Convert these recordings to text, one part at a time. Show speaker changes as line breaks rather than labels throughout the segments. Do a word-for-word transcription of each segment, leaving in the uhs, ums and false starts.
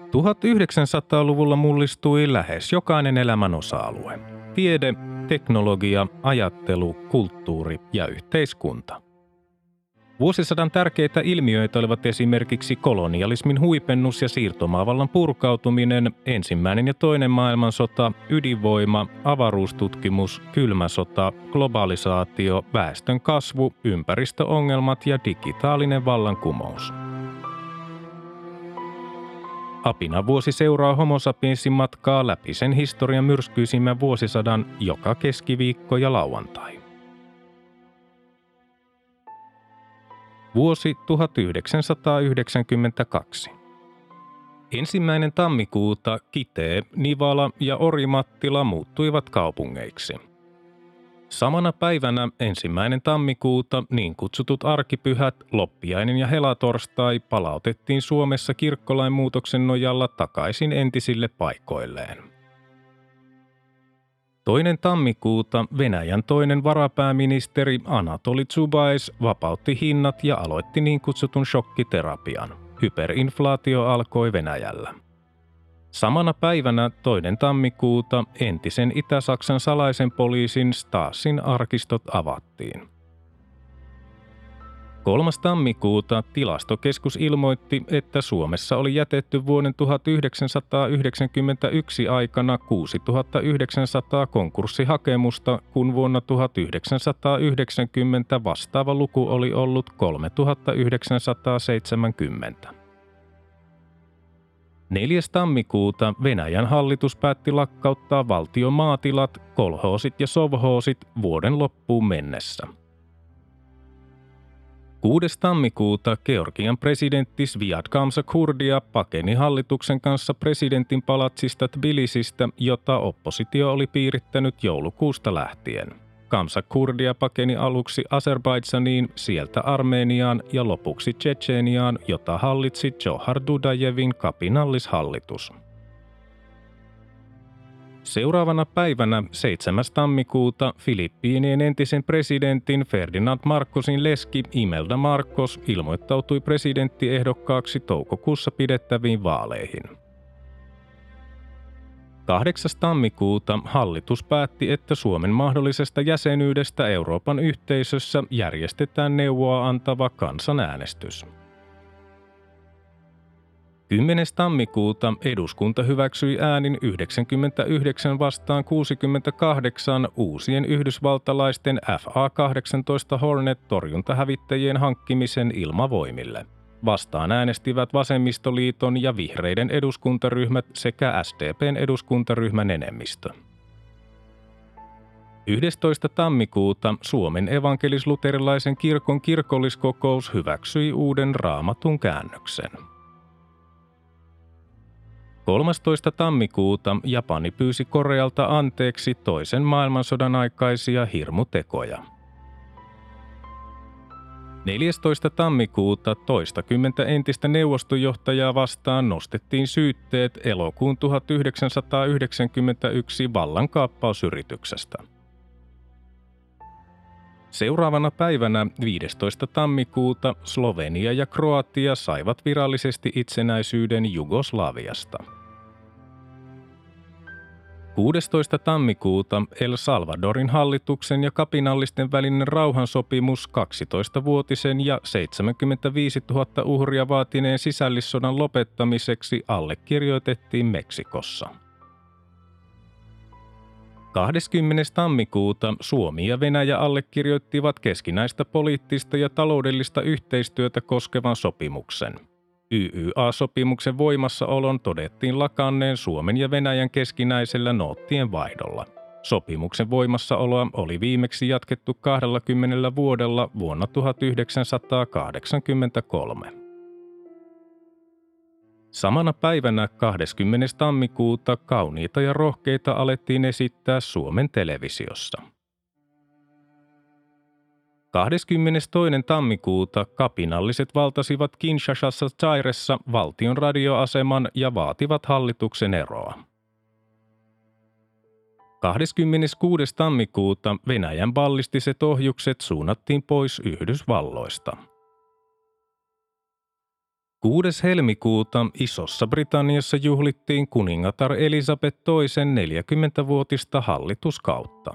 tuhatyhdeksänsataaluvulla mullistui lähes jokainen elämän osa-alue. Tiede, teknologia, ajattelu, kulttuuri ja yhteiskunta. Vuosisadan tärkeitä ilmiöitä olivat esimerkiksi kolonialismin huipennus ja siirtomaavallan purkautuminen, ensimmäinen ja toinen maailmansota, ydinvoima, avaruustutkimus, kylmä sota, globalisaatio, väestön kasvu, ympäristöongelmat ja digitaalinen vallankumous. Apinavuosi seuraa Homo sapiensin matkaa läpi sen historian myrskyisimmän vuosisadan joka keskiviikko ja lauantai. Vuosi tuhatyhdeksänsataayhdeksänkymmentäkaksi. Ensimmäinen tammikuuta Kitee, Nivala ja Orimattila muuttuivat kaupungeiksi. Samana päivänä ensimmäinen tammikuuta niin kutsutut arkipyhät, loppiainen ja helatorstai palautettiin Suomessa kirkkolain muutoksen nojalla takaisin entisille paikoilleen. Toinen tammikuuta Venäjän toinen varapääministeri Anatoli Zubais vapautti hinnat ja aloitti niin kutsutun shokkiterapian. Hyperinflaatio alkoi Venäjällä. Samana päivänä toinen tammikuuta entisen Itä-Saksan salaisen poliisin Stasin arkistot avattiin. Kolmas tammikuuta Tilastokeskus ilmoitti, että Suomessa oli jätetty vuoden tuhatyhdeksänsataayhdeksänkymmentäyksi aikana kuusituhattayhdeksänsataa konkurssihakemusta, kun vuonna tuhatyhdeksänsataayhdeksänkymmentä vastaava luku oli ollut kolmetuhattayhdeksänsataaseitsemänkymmentä. Neljäs tammikuuta Venäjän hallitus päätti lakkauttaa valtion maatilat, kolhoosit ja sovhoosit vuoden loppuun mennessä. Kuudes tammikuuta Georgian presidentti Sviat Gamsakhurdia pakeni hallituksen kanssa presidentin palatsista Tbilisistä, jota oppositio oli piirittänyt joulukuusta lähtien. Gamsakhurdia pakeni aluksi Azerbaidžaniin, sieltä Armeniaan ja lopuksi Tšetšeniaan, jota hallitsi Džohar Dudajevin kapinallishallitus. Seuraavana päivänä seitsemäs tammikuuta Filippiinien entisen presidentin Ferdinand Marcosin leski Imelda Marcos ilmoittautui presidenttiehdokkaaksi toukokuussa pidettäviin vaaleihin. kahdeksas tammikuuta hallitus päätti, että Suomen mahdollisesta jäsenyydestä Euroopan yhteisössä järjestetään neuvoa antava kansanäänestys. kymmenes tammikuuta eduskunta hyväksyi äänin yhdeksänkymmentäyhdeksän vastaan kuusikymmentäkahdeksan uusien yhdysvaltalaisten F A kahdeksantoista Hornet-torjuntahävittäjien hankkimisen ilmavoimille. Vastaan äänestivät Vasemmistoliiton ja Vihreiden eduskuntaryhmät sekä S D P:n eduskuntaryhmän enemmistö. yhdestoista tammikuuta Suomen evankelis-luterilaisen kirkon kirkolliskokous hyväksyi uuden Raamatun käännöksen. kolmastoista tammikuuta Japani pyysi Korealta anteeksi toisen maailmansodan aikaisia hirmutekoja. neljästoista tammikuuta toistakymmentä entistä neuvostojohtajaa vastaan nostettiin syytteet elokuun tuhatyhdeksänsataayhdeksänkymmentäyksi vallankaappausyrityksestä. Seuraavana päivänä viidestoista tammikuuta Slovenia ja Kroatia saivat virallisesti itsenäisyyden Jugoslaviasta. kuudestoista tammikuuta El Salvadorin hallituksen ja kapinallisten välinen rauhansopimus kaksitoistavuotisen ja seitsemänkymmentäviisituhatta uhria vaatineen sisällissodan lopettamiseksi allekirjoitettiin Meksikossa. kahdeskymmenes tammikuuta Suomi ja Venäjä allekirjoittivat keskinäistä poliittista ja taloudellista yhteistyötä koskevan sopimuksen. Y Y A-sopimuksen voimassaolon todettiin lakanneen Suomen ja Venäjän keskinäisellä noottien vaihdolla. Sopimuksen voimassaoloa oli viimeksi jatkettu kaksikymmentä vuodella vuonna tuhatyhdeksänsataakahdeksankymmentäkolme. Samana päivänä kahdeskymmenes tammikuuta kauniita ja rohkeita alettiin esittää Suomen televisiossa. kahdeskymmenestoinen tammikuuta kapinalliset valtasivat Kinshasassa Zairessa valtion radioaseman ja vaativat hallituksen eroa. kahdeskymmeneskuudes tammikuuta Venäjän ballistiset ohjukset suunnattiin pois Yhdysvalloista. kuudes helmikuuta Isossa Britanniassa juhlittiin kuningatar Elisabeth toisen neljäkymmentävuotista hallituskautta.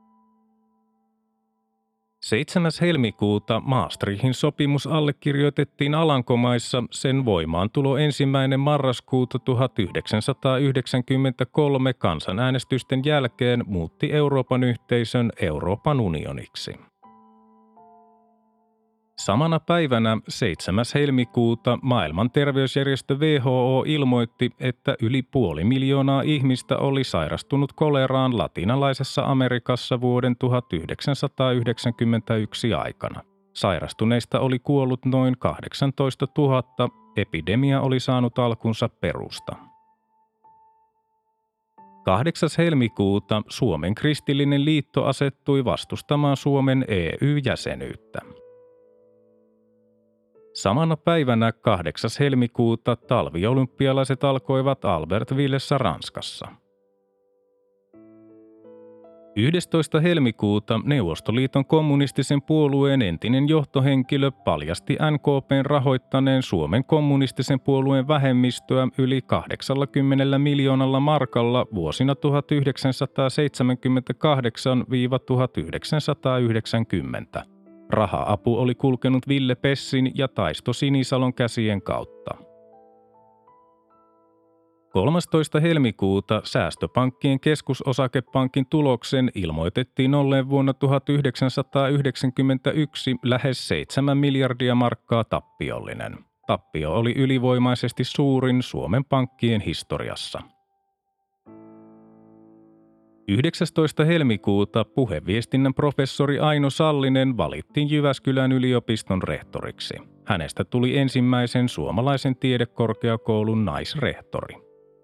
seitsemäs helmikuuta Maastrichin sopimus allekirjoitettiin Alankomaissa, sen voimaantulo ensimmäinen marraskuuta tuhatyhdeksänsataayhdeksänkymmentäkolme kansanäänestysten jälkeen muutti Euroopan yhteisön Euroopan unioniksi. Samana päivänä seitsemäs helmikuuta Maailman terveysjärjestö W H O ilmoitti, että yli puoli miljoonaa ihmistä oli sairastunut koleraan latinalaisessa Amerikassa vuoden tuhatyhdeksänsataayhdeksänkymmentäyksi aikana. Sairastuneista oli kuollut noin kahdeksantoistatuhatta, epidemia oli saanut alkunsa Perusta. kahdeksas helmikuuta Suomen kristillinen liitto asettui vastustamaan Suomen E Y-jäsenyyttä. Samana päivänä kahdeksas helmikuuta talviolympialaiset alkoivat Albertvillessä Ranskassa. yhdestoista helmikuuta Neuvostoliiton kommunistisen puolueen entinen johtohenkilö paljasti N K P:n rahoittaneen Suomen kommunistisen puolueen vähemmistöä yli kahdeksankymmentä miljoonalla markalla vuosina tuhatyhdeksänsataaseitsemänkymmentäkahdeksan - tuhatyhdeksänsataayhdeksänkymmentä. Raha-apu oli kulkenut Ville Pessin ja Taisto Sinisalon käsien kautta. kolmastoista helmikuuta Säästöpankkien keskusosakepankin tuloksen ilmoitettiin olleen vuonna tuhatyhdeksänsataayhdeksänkymmentäyksi lähes seitsemän miljardia markkaa tappiollinen. Tappio oli ylivoimaisesti suurin Suomen pankkien historiassa. yhdeksästoista helmikuuta puheviestinnän professori Aino Sallinen valittiin Jyväskylän yliopiston rehtoriksi. Hänestä tuli ensimmäisen suomalaisen tiedekorkeakoulun naisrehtori.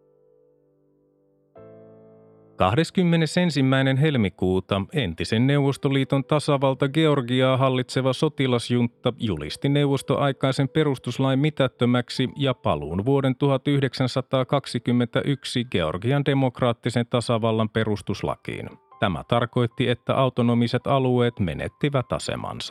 kahdeskymmenesensimmäinen helmikuuta entisen Neuvostoliiton tasavalta Georgiaa hallitseva sotilasjuntta julisti neuvostoaikaisen perustuslain mitättömäksi ja paluun vuoden tuhatyhdeksänsataakaksikymmentäyksi Georgian demokraattisen tasavallan perustuslakiin. Tämä tarkoitti, että autonomiset alueet menettivät asemansa.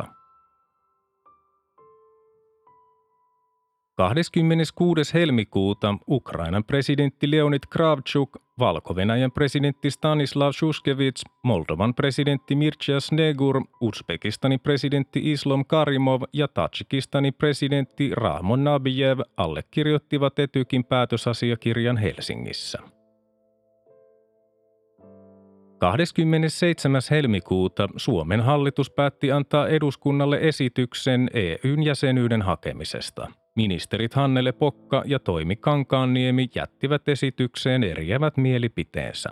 kahdeskymmeneskuudes helmikuuta Ukrainan presidentti Leonid Kravtšuk, Valko-Venäjän presidentti Stanislav Šuškevits, Moldovan presidentti Mircea Snegur, Uzbekistanin presidentti Islam Karimov ja Tadžikistanin presidentti Rahmon Nabijev allekirjoittivat Etykin päätösasiakirjan Helsingissä. kahdeskymmenesseitsemäs helmikuuta Suomen hallitus päätti antaa eduskunnalle esityksen E Y:n jäsenyyden hakemisesta. Ministerit Hannele Pokka ja Toimi Kankaanniemi jättivät esitykseen eriävät mielipiteensä.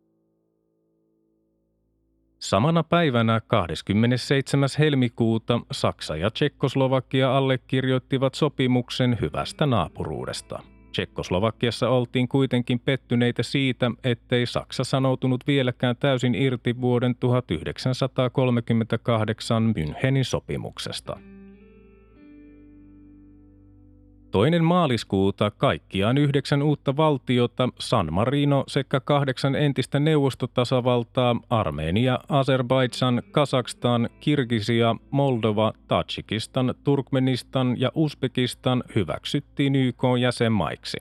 Samana päivänä kahdeskymmenesseitsemäs helmikuuta Saksa ja Tšekkoslovakia allekirjoittivat sopimuksen hyvästä naapuruudesta. Tšekkoslovakiassa oltiin kuitenkin pettyneitä siitä, ettei Saksa sanoutunut vieläkään täysin irti vuoden tuhatyhdeksänsataakolmekymmentäkahdeksan Münchenin sopimuksesta. Toinen maaliskuuta kaikkiaan yhdeksän uutta valtiota, San Marino sekä kahdeksan entistä neuvostotasavaltaa, Armenia, Azerbaidžan, Kazakstan, Kirgisia, Moldova, Tadžikistan, Turkmenistan ja Uzbekistan hyväksyttiin Y K:n jäsenmaiksi.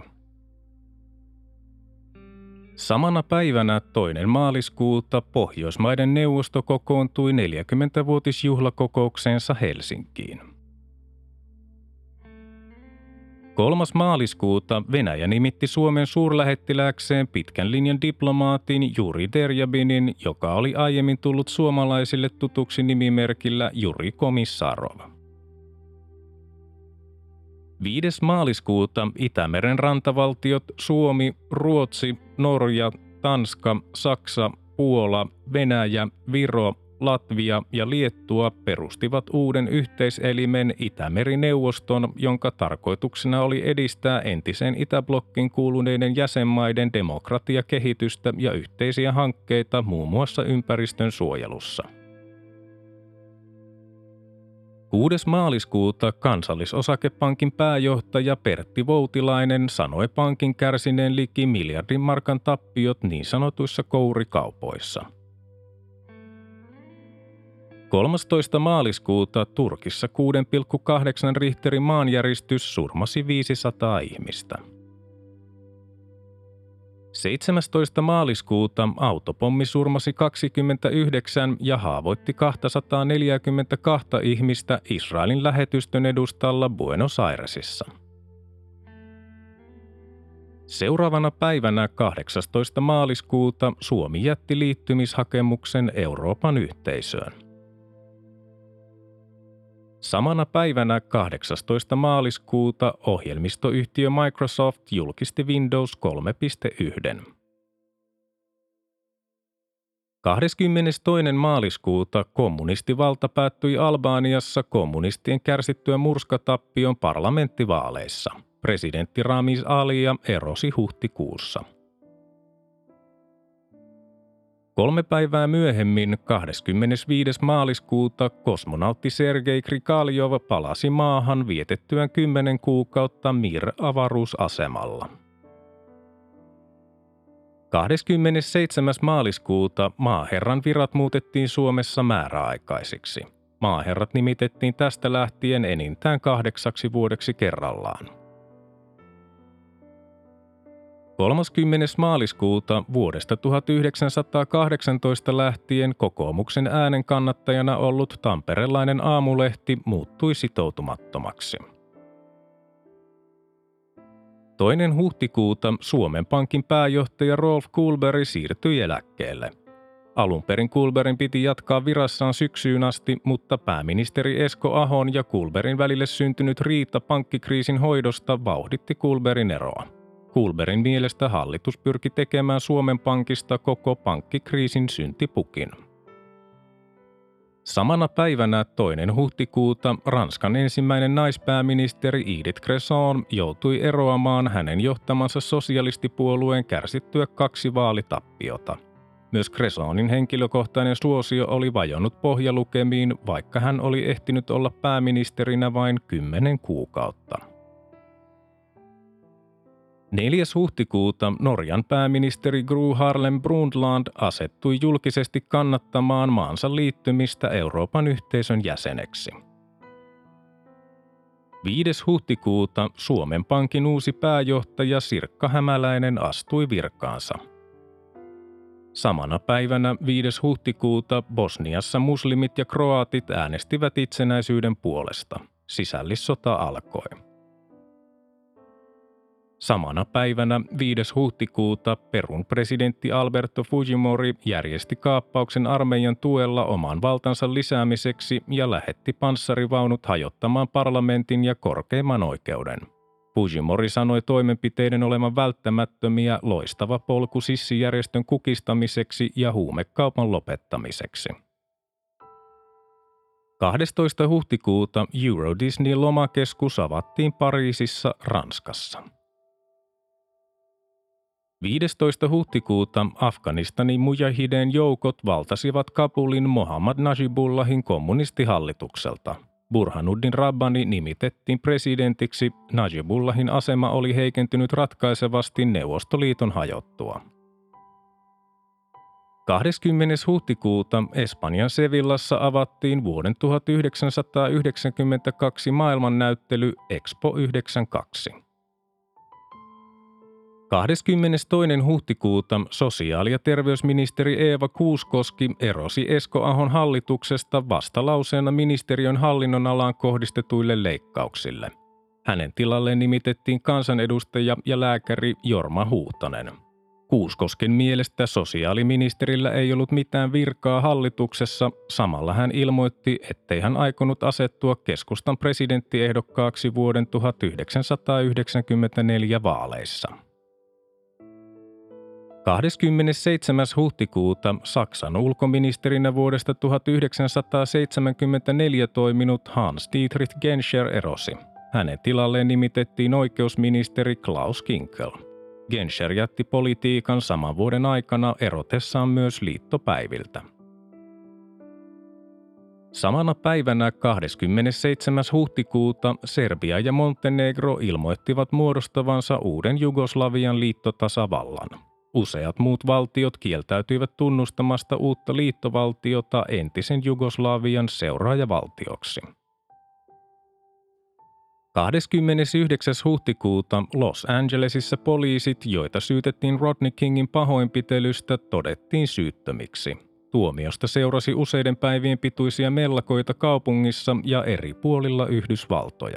Samana päivänä toinen maaliskuuta Pohjoismaiden neuvosto kokoontui neljäkymmentävuotisjuhlakokoukseensa Helsinkiin. kolmas maaliskuuta Venäjä nimitti Suomen suurlähettilääkseen pitkän linjan diplomaatin Juri Derjabinin, joka oli aiemmin tullut suomalaisille tutuksi nimimerkillä Juri Komissarov. viides maaliskuuta Itämeren rantavaltiot Suomi, Ruotsi, Norja, Tanska, Saksa, Puola, Venäjä, Viro, Latvia ja Liettua perustivat uuden yhteiselimen Itämeri-neuvoston, jonka tarkoituksena oli edistää entiseen Itäblokkiin kuuluneiden jäsenmaiden demokratiakehitystä ja yhteisiä hankkeita muun muassa ympäristön suojelussa. kuudes maaliskuuta Kansallisosakepankin pääjohtaja Pertti Voutilainen sanoi pankin kärsineen liki miljardin markan tappiot niin sanotuissa kourikaupoissa. kolmastoista maaliskuuta Turkissa kuusi pilkku kahdeksan Richterin maanjäristys surmasi viisisataa ihmistä. seitsemästoista maaliskuuta autopommi surmasi kaksikymmentäyhdeksän ja haavoitti kaksisataaneljäkymmentäkaksi ihmistä Israelin lähetystön edustalla Buenos Airesissa. Seuraavana päivänä kahdeksastoista maaliskuuta Suomi jätti liittymishakemuksen Euroopan yhteisöön. Samana päivänä kahdeksastoista maaliskuuta ohjelmistoyhtiö Microsoft julkisti Windows kolme piste yksi. kahdeskymmenestoinen maaliskuuta kommunistivalta päättyi Albaniassa kommunistien kärsittyä murskatappion parlamenttivaaleissa. Presidentti Ramiz Alia erosi huhtikuussa. Kolme päivää myöhemmin, kahdeskymmenesviides maaliskuuta, kosmonautti Sergei Grigaliov palasi maahan vietettyään kymmenen kuukautta Mir-avaruusasemalla. kahdeskymmenesseitsemäs maaliskuuta maaherran virat muutettiin Suomessa määräaikaisiksi. Maaherrat nimitettiin tästä lähtien enintään kahdeksaksi vuodeksi kerrallaan. kolmaskymmenes maaliskuuta vuodesta tuhatyhdeksänsataakahdeksantoista lähtien kokoomuksen äänen kannattajana ollut tamperelainen aamulehti muuttui sitoutumattomaksi. Toinen huhtikuuta Suomen Pankin pääjohtaja Rolf Kullberg siirtyi eläkkeelle. Alun perin Kullbergin piti jatkaa virassaan syksyyn asti, mutta pääministeri Esko Ahon ja Kullbergin välille syntynyt riita pankkikriisin hoidosta vauhditti Kullbergin eroa. Kullbergin mielestä hallitus pyrki tekemään Suomen Pankista koko pankkikriisin syntipukin. Samana päivänä toinen huhtikuuta Ranskan ensimmäinen naispääministeri Edith Cresson joutui eroamaan hänen johtamansa sosialistipuolueen kärsittyä kaksi vaalitappiota. Myös Cressonin henkilökohtainen suosio oli vajonnut pohjalukemiin, vaikka hän oli ehtinyt olla pääministerinä vain kymmenen kuukautta. neljäs huhtikuuta Norjan pääministeri Gro Harlem Brundtland asettui julkisesti kannattamaan maansa liittymistä Euroopan yhteisön jäseneksi. viides huhtikuuta Suomen Pankin uusi pääjohtaja Sirkka Hämäläinen astui virkaansa. Samana päivänä viides huhtikuuta Bosniassa muslimit ja kroatit äänestivät itsenäisyyden puolesta. Sisällissota alkoi. Samana päivänä viides huhtikuuta Perun presidentti Alberto Fujimori järjesti kaappauksen armeijan tuella oman valtansa lisäämiseksi ja lähetti panssarivaunut hajottamaan parlamentin ja korkeimman oikeuden. Fujimori sanoi toimenpiteiden olevan välttämättömiä loistava polku sissijärjestön kukistamiseksi ja huumekaupan lopettamiseksi. kahdestoista huhtikuuta Euro Disney lomakeskus avattiin Pariisissa, Ranskassa. viidestoista huhtikuuta Afganistanin mujahideen joukot valtasivat Kabulin Mohammad Najibullahin kommunistihallitukselta. Burhanuddin Rabbani nimitettiin presidentiksi. Najibullahin asema oli heikentynyt ratkaisevasti Neuvostoliiton hajottua. kahdeskymmenes huhtikuuta Espanjan Sevillassa avattiin vuoden tuhatyhdeksänsataayhdeksänkymmentäkaksi maailmannäyttely Expo yhdeksänkymmentäkaksi. kahdeskymmenestoinen huhtikuuta sosiaali- ja terveysministeri Eeva Kuuskoski erosi Esko Ahon hallituksesta vastalauseena ministeriön hallinnonalaan kohdistetuille leikkauksille. Hänen tilalleen nimitettiin kansanedustaja ja lääkäri Jorma Huuhtanen. Kuuskosken mielestä sosiaaliministerillä ei ollut mitään virkaa hallituksessa, samalla hän ilmoitti, ettei hän aikonut asettua keskustan presidenttiehdokkaaksi vuoden tuhatyhdeksänsataayhdeksänkymmentäneljä vaaleissa. kahdeskymmenesseitsemäs huhtikuuta Saksan ulkoministerinä vuodesta tuhatyhdeksänsataaseitsemänkymmentäneljä toiminut Hans-Dietrich Genscher erosi. Hänen tilalleen nimitettiin oikeusministeri Klaus Kinkel. Genscher jätti politiikan saman vuoden aikana erotessaan myös liittopäiviltä. Samana päivänä kahdeskymmenesseitsemäs huhtikuuta Serbia ja Montenegro ilmoittivat muodostavansa uuden Jugoslavian liittotasavallan. Useat muut valtiot kieltäytyivät tunnustamasta uutta liittovaltiota entisen Jugoslavian seuraajavaltioksi. kahdeskymmenesyhdeksäs huhtikuuta Los Angelesissa poliisit, joita syytettiin Rodney Kingin pahoinpitelystä, todettiin syyttömiksi. Tuomiosta seurasi useiden päivien pituisia mellakoita kaupungissa ja eri puolilla Yhdysvaltoja.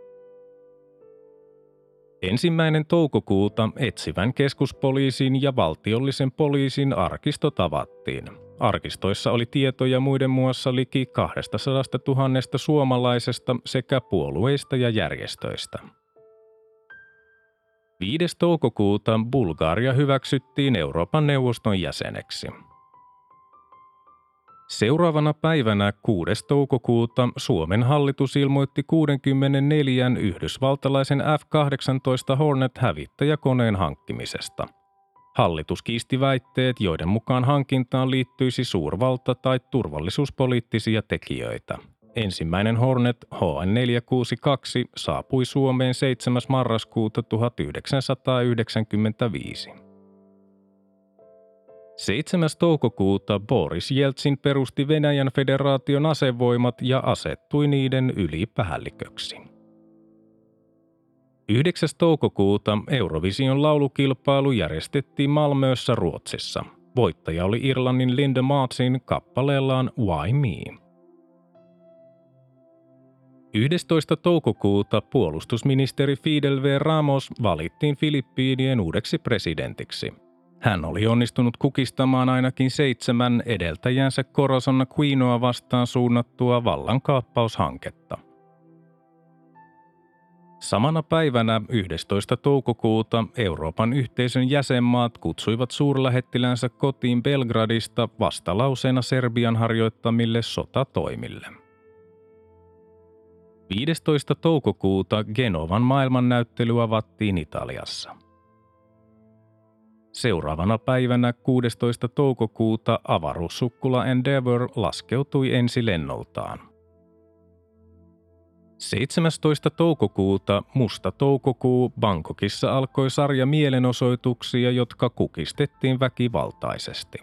Ensimmäinen toukokuuta etsivän keskuspoliisin ja valtiollisen poliisin arkistot avattiin. Arkistoissa oli tietoja muiden muassa liki kaksisataatuhatta suomalaisesta sekä puolueista ja järjestöistä. viides toukokuuta Bulgaria hyväksyttiin Euroopan neuvoston jäseneksi. Seuraavana päivänä kuudes toukokuuta Suomen hallitus ilmoitti kuusikymmentäneljä yhdysvaltalaisen F kahdeksantoista Hornet-hävittäjäkoneen hankkimisesta. Hallitus kiisti väitteet, joiden mukaan hankintaan liittyisi suurvalta- tai turvallisuuspoliittisia tekijöitä. Ensimmäinen Hornet H N neljäsataakuusikymmentäkaksi saapui Suomeen seitsemäs marraskuuta tuhatyhdeksänsataayhdeksänkymmentäviisi. seitsemäs toukokuuta Boris Jeltsin perusti Venäjän federaation asevoimat ja asettui niiden ylipäälliköksi. yhdeksäs toukokuuta Eurovision laulukilpailu järjestettiin Malmössä Ruotsissa. Voittaja oli Irlannin Linda Martin kappaleellaan Why Me? yhdestoista toukokuuta puolustusministeri Fidel V. Ramos valittiin Filippiinien uudeksi presidentiksi. Hän oli onnistunut kukistamaan ainakin seitsemän edeltäjänsä Corazon Aquinoa vastaan suunnattua vallankaappaushanketta. Samana päivänä yhdestoista toukokuuta Euroopan yhteisön jäsenmaat kutsuivat suurlähettiläänsä kotiin Belgradista vastalauseena Serbian harjoittamille sotatoimille. viidestoista toukokuuta Genovan maailmannäyttely avattiin Italiassa. Seuraavana päivänä kuudestoista toukokuuta avaruussukkula Endeavour laskeutui ensilennoltaan. seitsemästoista toukokuuta Musta toukokuu Bangkokissa alkoi sarja mielenosoituksia, jotka kukistettiin väkivaltaisesti.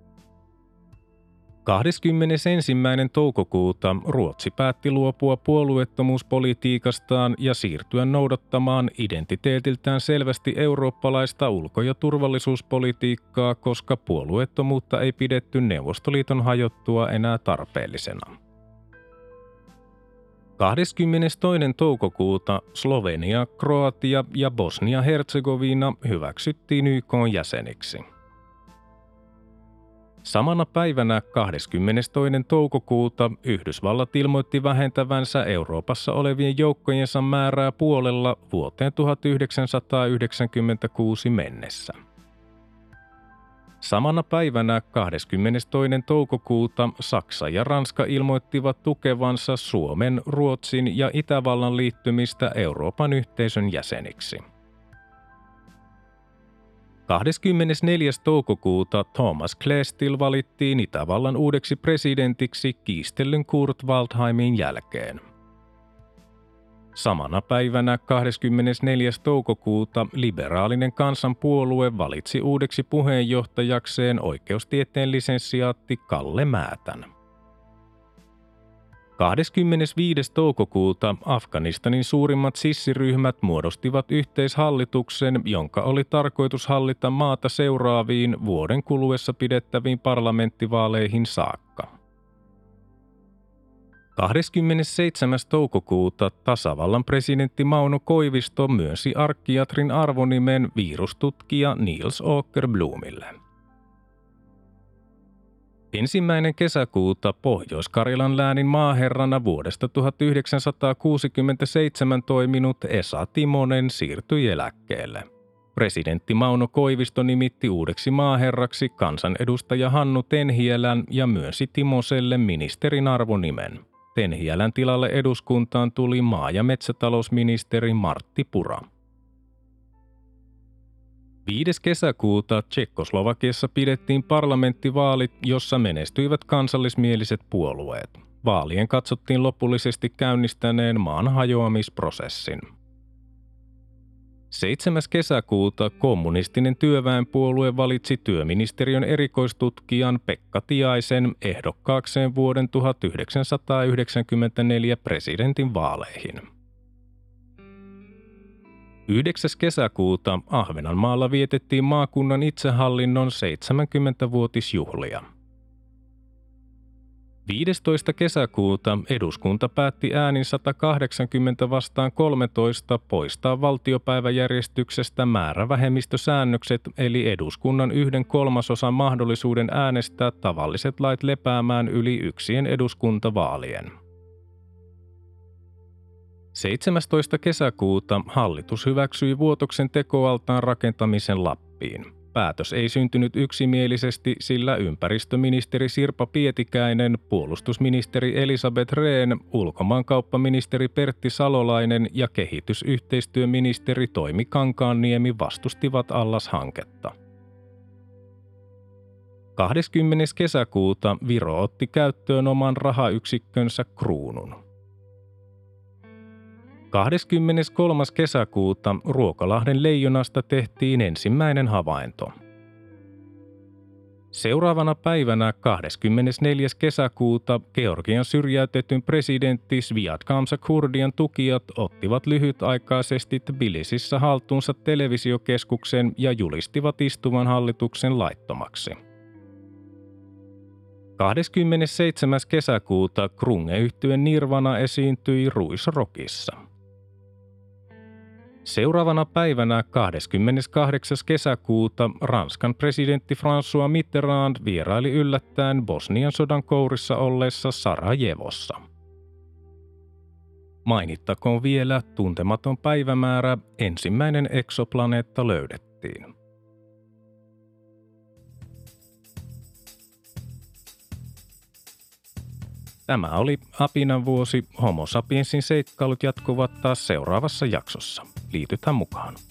kahdeskymmenesensimmäinen toukokuuta Ruotsi päätti luopua puolueettomuuspolitiikastaan ja siirtyä noudattamaan identiteetiltään selvästi eurooppalaista ulko- ja turvallisuuspolitiikkaa, koska puolueettomuutta ei pidetty Neuvostoliiton hajottua enää tarpeellisena. kahdeskymmenestoinen toukokuuta Slovenia, Kroatia ja Bosnia-Herzegovina hyväksyttiin Y K:n jäseniksi. Samana päivänä kahdeskymmenestoinen toukokuuta Yhdysvallat ilmoitti vähentävänsä Euroopassa olevien joukkojensa määrää puolella vuoteen tuhatyhdeksänsataayhdeksänkymmentäkuusi mennessä. Samana päivänä kahdeskymmenestoinen toukokuuta Saksa ja Ranska ilmoittivat tukevansa Suomen, Ruotsin ja Itävallan liittymistä Euroopan yhteisön jäseniksi. kahdeskymmenesneljäs toukokuuta Thomas Klestil valittiin Itävallan uudeksi presidentiksi kiistellyn Kurt Waldheimin jälkeen. Samana päivänä kahdeskymmenesneljäs toukokuuta liberaalinen kansanpuolue valitsi uudeksi puheenjohtajakseen oikeustieteen lisensiaatti Kalle Määtän. kahdeskymmenesviides toukokuuta Afganistanin suurimmat sissiryhmät muodostivat yhteishallituksen, jonka oli tarkoitus hallita maata seuraaviin vuoden kuluessa pidettäviin parlamenttivaaleihin saakka. kahdeskymmenesseitsemäs toukokuuta tasavallan presidentti Mauno Koivisto myönsi arkkiatrin arvonimen virustutkija Niels Åkerblomille. Ensimmäinen kesäkuuta Pohjois-Karjalan läänin maaherrana vuodesta tuhatyhdeksänsataakuusikymmentäseitsemän toiminut Esa Timonen siirtyi eläkkeelle. Presidentti Mauno Koivisto nimitti uudeksi maaherraksi kansanedustaja Hannu Tenhielän ja myönsi Timoselle ministerin arvonimen. Tenhielän tilalle eduskuntaan tuli maa- ja metsätalousministeri Martti Pura. viides kesäkuuta Tšekkoslovakiassa pidettiin parlamenttivaalit, jossa menestyivät kansallismieliset puolueet. Vaalien katsottiin lopullisesti käynnistäneen maan hajoamisprosessin. seitsemäs kesäkuuta kommunistinen työväenpuolue valitsi työministeriön erikoistutkijan Pekka Tiaisen ehdokkaakseen vuoden tuhatyhdeksänsataayhdeksänkymmentäneljä presidentin vaaleihin. yhdeksäs kesäkuuta Ahvenanmaalla vietettiin maakunnan itsehallinnon seitsemänkymmenvuotisjuhlia. viidestoista kesäkuuta eduskunta päätti äänin sata kahdeksankymmentä vastaan kolmetoista poistaa valtiopäiväjärjestyksestä määrävähemmistösäännökset eli eduskunnan yhden kolmasosan mahdollisuuden äänestää tavalliset lait lepäämään yli yksien eduskuntavaalien. seitsemästoista kesäkuuta hallitus hyväksyi Vuotoksen tekoaltaan rakentamisen Lappiin. Päätös ei syntynyt yksimielisesti, sillä ympäristöministeri Sirpa Pietikäinen, puolustusministeri Elisabeth Rehn, ulkomaankauppaministeri Pertti Salolainen ja kehitysyhteistyöministeri Toimi Kankaanniemi vastustivat allashanketta. kahdeskymmenes kesäkuuta Viro otti käyttöön oman rahayksikkönsä kruunun. kahdeskymmeneskolmas kesäkuuta Ruokolahden leijonasta tehtiin ensimmäinen havainto. Seuraavana päivänä kahdeskymmenesneljäs kesäkuuta Georgian syrjäytetyn presidentti Sviat Gamsakhurdian tukijat ottivat lyhytaikaisesti Tbilisissä haltuunsa televisiokeskuksen ja julistivat istuvan hallituksen laittomaksi. kahdeskymmenesseitsemäs kesäkuuta grunge-yhtye Nirvana esiintyi Ruisrockissa. Seuraavana päivänä kahdeskymmeneskahdeksas kesäkuuta Ranskan presidentti François Mitterrand vieraili yllättäen Bosnian sodan kourissa olleessa Sarajevossa. Mainittakoon vielä tuntematon päivämäärä, ensimmäinen eksoplaneetta löydettiin. Tämä oli Apinan vuosi. Homo sapiensin seikkailut jatkuvat taas seuraavassa jaksossa. Liitytään mukaan.